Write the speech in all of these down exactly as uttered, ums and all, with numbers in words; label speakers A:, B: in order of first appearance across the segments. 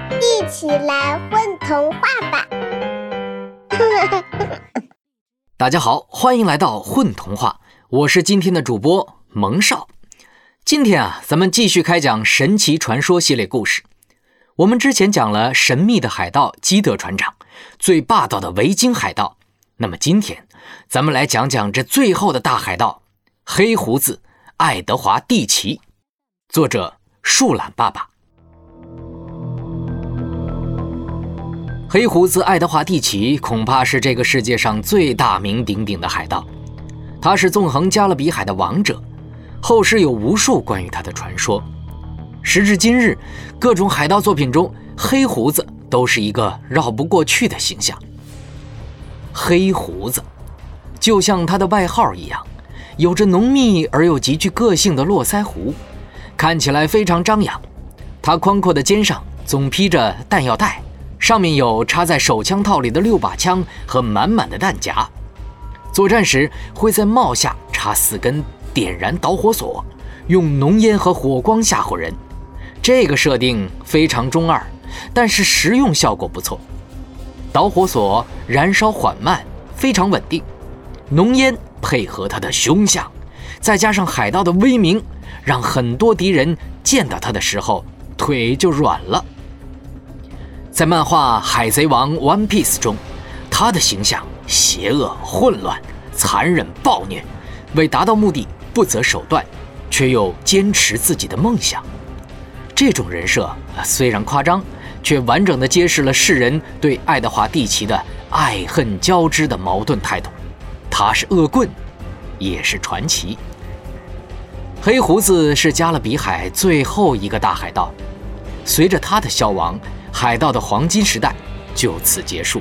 A: 一起来混童话吧！
B: 大家好，欢迎来到混童话，我是今天的主播蒙少。今天啊，咱们继续开讲神奇传说系列故事。我们之前讲了神秘的海盗基德船长，最霸道的维京海盗。那么今天，咱们来讲讲这最后的大海盗——黑胡子爱德华·蒂奇。作者树懒爸爸。黑胡子爱德华·蒂奇恐怕是这个世界上最大名鼎鼎的海盗，他是纵横加勒比海的王者，后世有无数关于他的传说。时至今日，各种海盗作品中，黑胡子都是一个绕不过去的形象。黑胡子就像他的外号一样，有着浓密而又极具个性的络腮胡，看起来非常张扬。他宽阔的肩上总披着弹药袋，上面有插在手枪套里的六把枪和满满的弹夹。作战时会在帽下插四根点燃导火索，用浓烟和火光吓唬人。这个设定非常中二，但是实用效果不错。导火索燃烧缓慢，非常稳定，浓烟配合他的凶相，再加上海盗的威名，让很多敌人见到他的时候腿就软了。在漫画《海贼王 One Piece》中，他的形象邪恶、混乱、残忍、暴虐，为达到目的不择手段，却又坚持自己的梦想。这种人设虽然夸张，却完整地揭示了世人对爱德华·蒂奇的爱恨交织的矛盾态度。他是恶棍，也是传奇。黑胡子是加勒比海最后一个大海盗，随着他的消亡，海盗的黄金时代就此结束。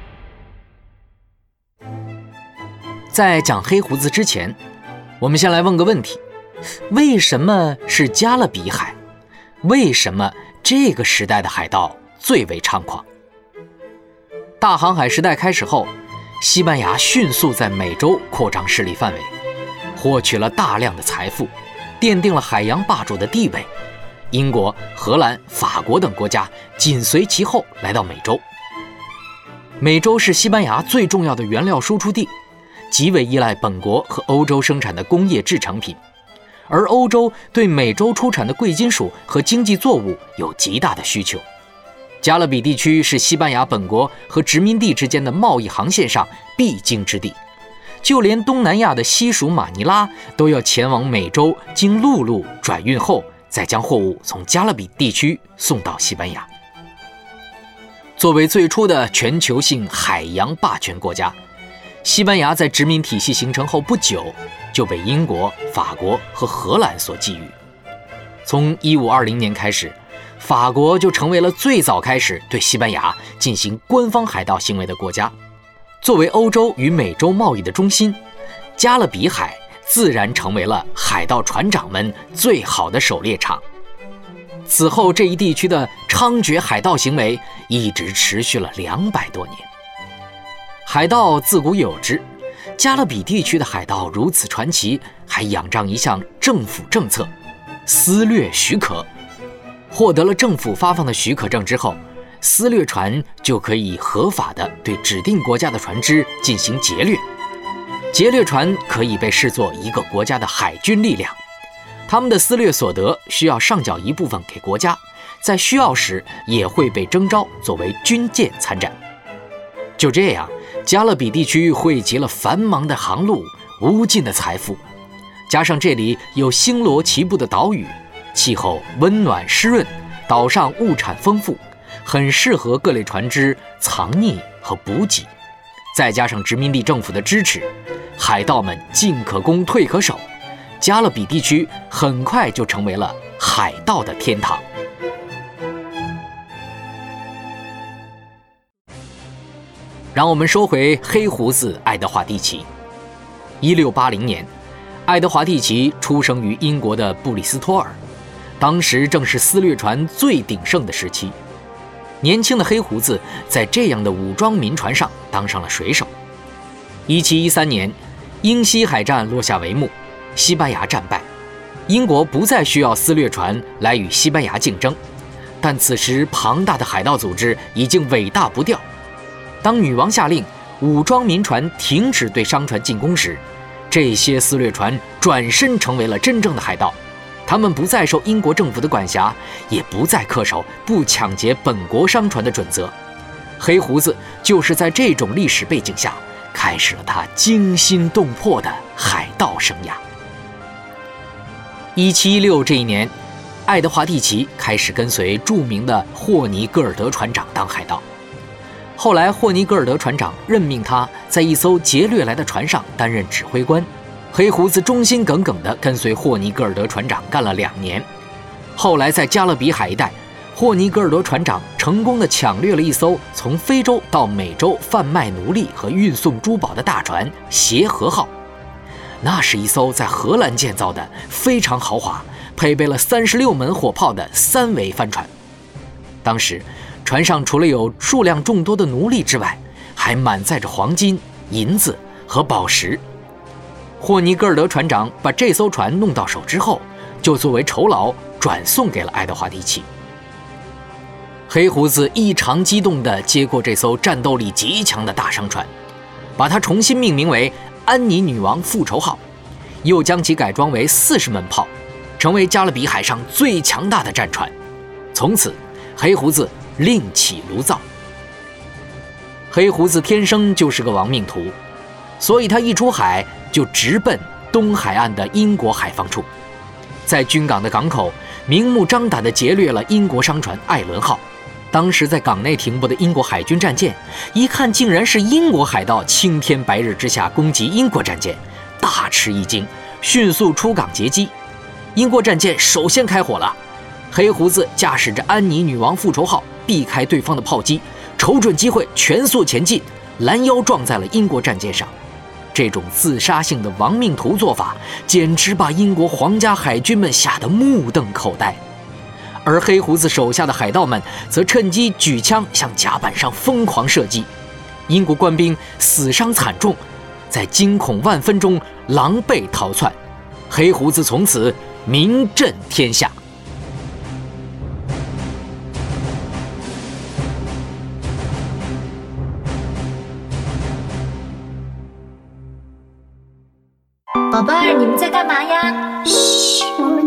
B: 在讲黑胡子之前，我们先来问个问题：为什么是加勒比海？为什么这个时代的海盗最为猖狂？大航海时代开始后，西班牙迅速在美洲扩张势力范围，获取了大量的财富，奠定了海洋霸主的地位。英国、荷兰、法国等国家紧随其后来到美洲。美洲是西班牙最重要的原料输出地，极为依赖本国和欧洲生产的工业制成品，而欧洲对美洲出产的贵金属和经济作物有极大的需求。加勒比地区是西班牙本国和殖民地之间的贸易航线上必经之地，就连东南亚的西属马尼拉都要前往美洲，经陆路转运后，再将货物从加勒比地区送到西班牙。作为最初的全球性海洋霸权国家，西班牙在殖民体系形成后不久就被英国、法国和荷兰所觊觎。从一五二零年开始，法国就成为了最早开始对西班牙进行官方海盗行为的国家。作为欧洲与美洲贸易的中心，加勒比海自然成为了海盗船长们最好的狩猎场。此后，这一地区的猖獗海盗行为一直持续了两百多年。海盗自古有之，加勒比地区的海盗如此传奇，还仰仗一项政府政策——私掠许可。获得了政府发放的许可证之后，私掠船就可以合法地对指定国家的船只进行劫掠。劫掠船可以被视作一个国家的海军力量，他们的私掠所得需要上缴一部分给国家，在需要时也会被征召作为军舰参战。就这样，加勒比地区汇集了繁忙的航路、无尽的财富，加上这里有星罗棋布的岛屿，气候温暖湿润，岛上物产丰富，很适合各类船只藏匿和补给。再加上殖民地政府的支持，海盗们进可攻退可守，加勒比地区很快就成为了海盗的天堂。让我们说回黑胡子爱德华·蒂奇。一六八零年，爱德华·蒂奇出生于英国的布里斯托尔，当时正是私掠船最鼎盛的时期。年轻的黑胡子在这样的武装民船上当上了水手。一七一三年，英西海战落下帷幕，西班牙战败，英国不再需要私掠船来与西班牙竞争， 但此时庞大的海盗组织已经尾大不掉。当女王下令武装民船停止对商船进攻时，这些私掠船转身成为了真正的海盗，他们不再受英国政府的管辖，也不再恪守不抢劫本国商船的准则。黑胡子就是在这种历史背景下开始了他惊心动魄的海盗生涯。一七一六这一年，爱德华蒂奇开始跟随著名的霍尼戈尔德船长当海盗。后来霍尼戈尔德船长任命他在一艘劫掠来的船上担任指挥官，黑胡子忠心耿耿地跟随霍尼戈尔德船长干了两年。后来在加勒比海一带，霍尼戈尔德船长成功地抢掠了一艘从非洲到美洲贩卖奴隶和运送珠宝的大船协和号。那是一艘在荷兰建造的非常豪华，配备了三十六门火炮的三桅帆船。当时船上除了有数量众多的奴隶之外，还满载着黄金、银子和宝石。霍尼戈尔德船长把这艘船弄到手之后，就作为酬劳转送给了爱德华蒂奇。黑胡子异常激动地接过这艘战斗力极强的大商船，把它重新命名为安妮女王复仇号，又将其改装为四十门炮，成为加勒比海上最强大的战船。从此黑胡子另起炉灶。黑胡子天生就是个亡命徒，所以他一出海就直奔东海岸的英国海防处，在军港的港口明目张胆地劫掠了英国商船艾伦号。当时在港内停泊的英国海军战舰一看竟然是英国海盗青天白日之下攻击英国战舰，大吃一惊，迅速出港截击。英国战舰首先开火了，黑胡子驾驶着安妮女王复仇号避开对方的炮击，瞅准机会全速前进，拦腰撞在了英国战舰上。这种自杀性的亡命徒做法简直把英国皇家海军们吓得目瞪口呆，而黑胡子手下的海盗们则趁机举枪向甲板上疯狂射击，英国官兵死伤惨重，在惊恐万分中狼狈逃窜。黑胡子从此名震天下。
C: 宝贝儿，你们在干嘛呀？
A: 嘘，我们